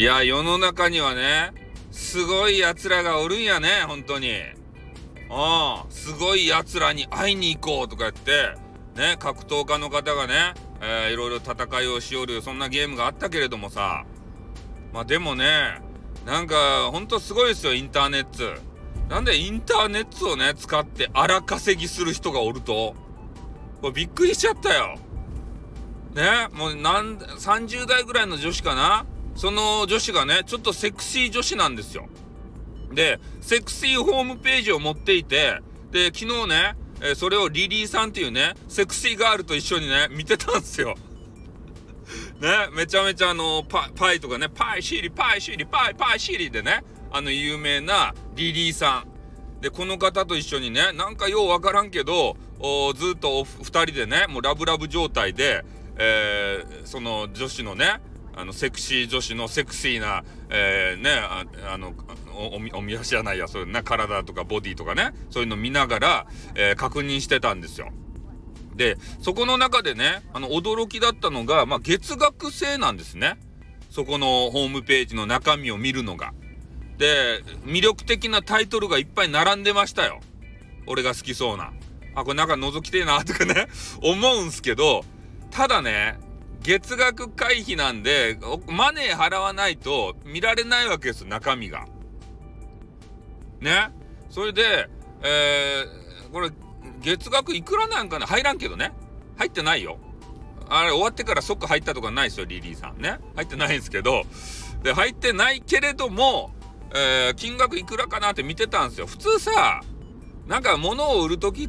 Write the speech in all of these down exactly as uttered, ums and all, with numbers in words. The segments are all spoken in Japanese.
いや、世の中にはね、すごい奴らがおるんやね、本当に。ああ、すごい奴らに会いに行こうとか言って、ね、格闘家の方がね、えー、いろいろ戦いをしおる、そんなゲームがあったけれどもさ。まあでもね、なんか、ほんとすごいですよ、インターネット。なんでインターネットをね、使って荒稼ぎする人がおると、これびっくりしちゃったよ。ね、もうなん、さんじゅう代ぐらいの女子かな？その女子がね、ちょっとセクシー女子なんですよ。で、セクシーホームページを持っていて、で、昨日ね、えー、それをリリーさんっていうね、セクシーガールと一緒にね、見てたんですよ。ね、めちゃめちゃあの、パ、パイとかね、パイシリ、パイシリ、パイ、パイシリでね、あの有名なリリーさん。で、この方と一緒にね、なんかようわからんけど、ずっと二人でね、もうラブラブ状態で、えー、その女子のね、あのセクシー女子のセクシーな、えー、ね、あ, あのお, お, みおみ足じゃないや、そういうね、体とかボディとかね、そういうの見ながら、えー、確認してたんですよ。で、そこの中でね、あの驚きだったのが、まあ、月額制なんですね。そこのホームページの中身を見るのが。で、魅力的なタイトルがいっぱい並んでましたよ。俺が好きそうな。あ、これなんか覗きてえなとかね、思うんすけど、ただね、月額会費なんで、マネー払わないと見られないわけです、中身が。ね。それで、えー、これ、月額いくらなんかな？入らんけどね。入ってないよ。あれ、終わってから即入ったとかないですよ、リリーさんね。入ってないんですけど。で、入ってないけれども、えー、金額いくらかなって見てたんですよ。普通さ、なんか物を売るときって、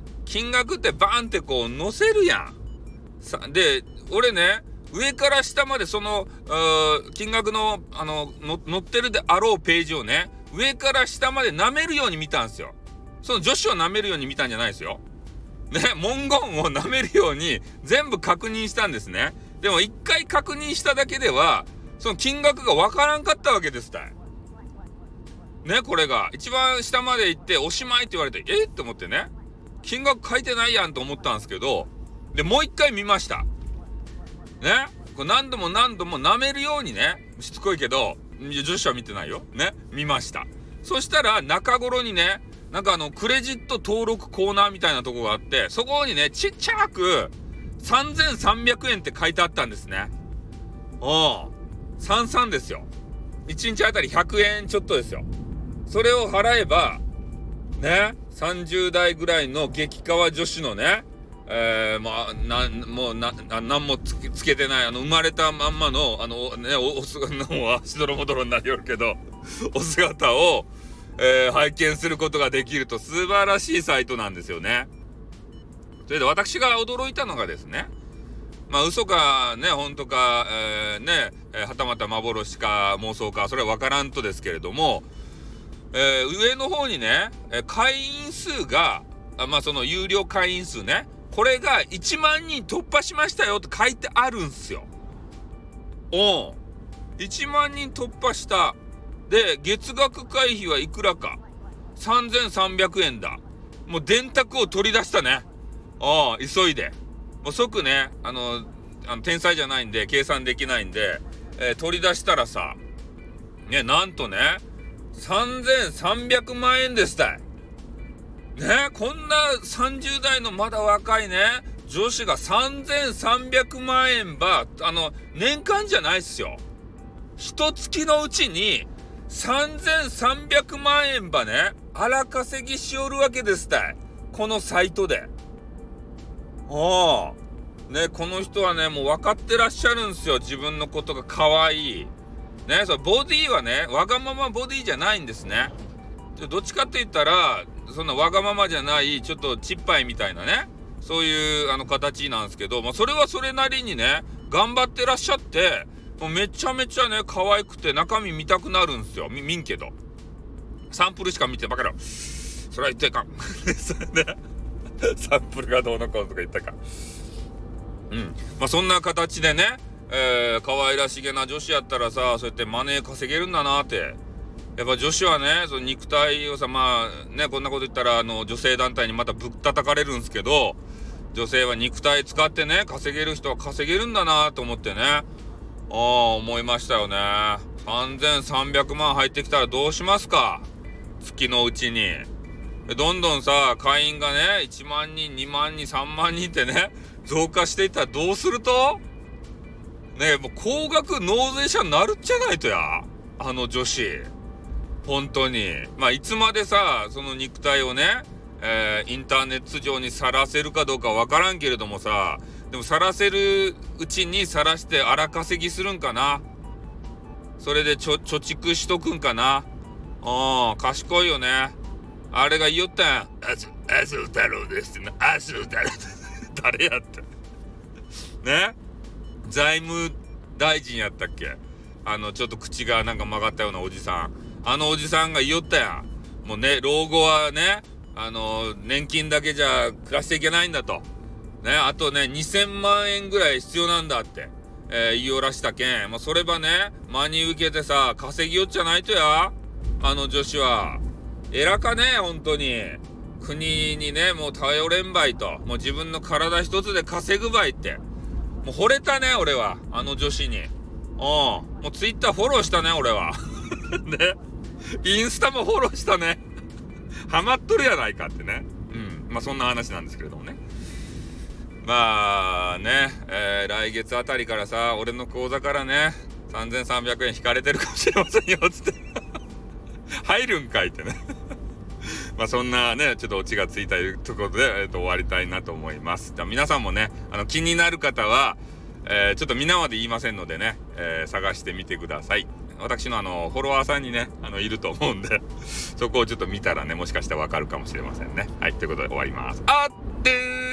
金額ってバーンってこう載せるやん。さで、俺ね、上から下までその、金額の、あの、の載ってるであろうページをね、上から下まで舐めるように見たんですよ。その女子を舐めるように見たんじゃないですよ。ね、文言を舐めるように全部確認したんですね。でも一回確認しただけでは、その金額がわからんかったわけですたい。ね、これが。一番下まで行っておしまいって言われて、えって思ってね。金額書いてないやんと思ったんですけど、で、もう一回見ました。ね。これ何度も何度も舐めるようにね、しつこいけど、女子は見てないよ。ね。見ました。そしたら中頃にね、なんかあの、クレジット登録コーナーみたいなとこがあって、そこにね、ちっちゃくさんぜんさんびゃくえんって書いてあったんですね。おう。さんじゅうさんですよ。いちにちあたりひゃくえんちょっとですよ。それを払えば、ね、さんじゅう代ぐらいの激川女子のね、えー、まあ、な、もう、な、なんもつけ、つけてない、あの、生まれたまんまの、あの、ね、お、お姿の、しどろもどろになりよるけど、お姿を、えー、拝見することができると素晴らしいサイトなんですよね。それで私が驚いたのがですね、まあ、嘘か、ね、本当か、えー、ね、えー、はたまた幻か妄想か、それはわからんとですけれども、えー、上の方にね、会員数が、あまあ、その有料会員数ね、これがいちまんにん突破しましたよって書いてあるんすよ。おん。いちまんにん突破した。で、月額会費はいくらか。さんぜんさんびゃくえんだ。もう電卓を取り出したね。ああ、急いで。もう即ね、あの、あの天才じゃないんで、計算できないんで、えー、取り出したらさ、ね、なんとね、さんぜんさんびゃくまんえんですたい。ね、こんなさんじゅう代のまだ若いね、女子がさんぜんさんびゃくまんえんば、あの、年間じゃないっすよ。一月のうちにさんぜんさんびゃくまんえんばね、荒稼ぎしおるわけですたい。このサイトで。ああ。ね、この人はね、もう分かってらっしゃるんですよ。自分のことが可愛い。ね、そのボディはね、わがままボディじゃないんですね。どっちかって言ったら、そんなわがままじゃない、ちょっとちっぱいみたいなね、そういうあの形なんですけど、まあそれはそれなりにね、頑張ってらっしゃって、もうめちゃめちゃね、可愛くて中身見たくなるんですよ。み、見んけど。サンプルしか見てばかり。それは言ってかん。サンプルがどうのこうのとか言ったか。うん。まあそんな形でね、えー、可愛らしげな女子やったらさ、そうやってマネー稼げるんだなって。やっぱ女子はね、その肉体をさ、まあね、こんなこと言ったらあの女性団体にまたぶったたかれるんですけど、女性は肉体使ってね、稼げる人は稼げるんだなと思ってね、ああ思いましたよね。はさんぜんさんびゃくまん入ってきたらどうしますか？月のうちに。どんどんさ、会員がね、いちまんにん、にまんにん、さんまんにんってね、増加していったらどうすると？ねえ、もう高額納税者になるっちゃないとや。あの女子。本当に。まあ、いつまでさ、その肉体をね、えー、インターネット上にさらせるかどうかわからんけれどもさ、でもさらせるうちにさらして荒稼ぎするんかな。それでちょ、貯蓄しとくんかな。うん、賢いよね。あれが言おったやん。あす、あす太郎ですな。あす太郎です。誰やった？ね？財務大臣やったっけ？あの、ちょっと口がなんか曲がったようなおじさん。あのおじさんが言おったやん。もうね、老後はね、あの、年金だけじゃ暮らしていけないんだと。ね、あとね、にせんまんえんぐらい必要なんだって、えー、言いおらしたけん。まあ、そればね、真に受けてさ、稼ぎよっちゃないとや。あの女子は。偉かね、本当に。国にね、もう頼れんばいと。もう自分の体一つで稼ぐばいって。もう惚れたね、俺は。あの女子に。うん。もうツイッターフォローしたね、俺は。ね。インスタもフォローしたね。ハマっとるやないかってね。うん。まあそんな話なんですけれどもね。まあね、えー、来月あたりからさ、俺の口座からね、さんぜんさんびゃくえん引かれてるかもしれませんよ、つって。入るんかいってね。まあそんなね、ちょっとオチがついたところで、えー、と終わりたいなと思います。じゃあ皆さんもね、あの気になる方は、えー、ちょっと皆まで言いませんのでね、えー、探してみてください。私のあのフォロワーさんにね、あのいると思うんで、そこをちょっと見たらね、もしかしたらわかるかもしれませんね。はい、ということで終わります。あってー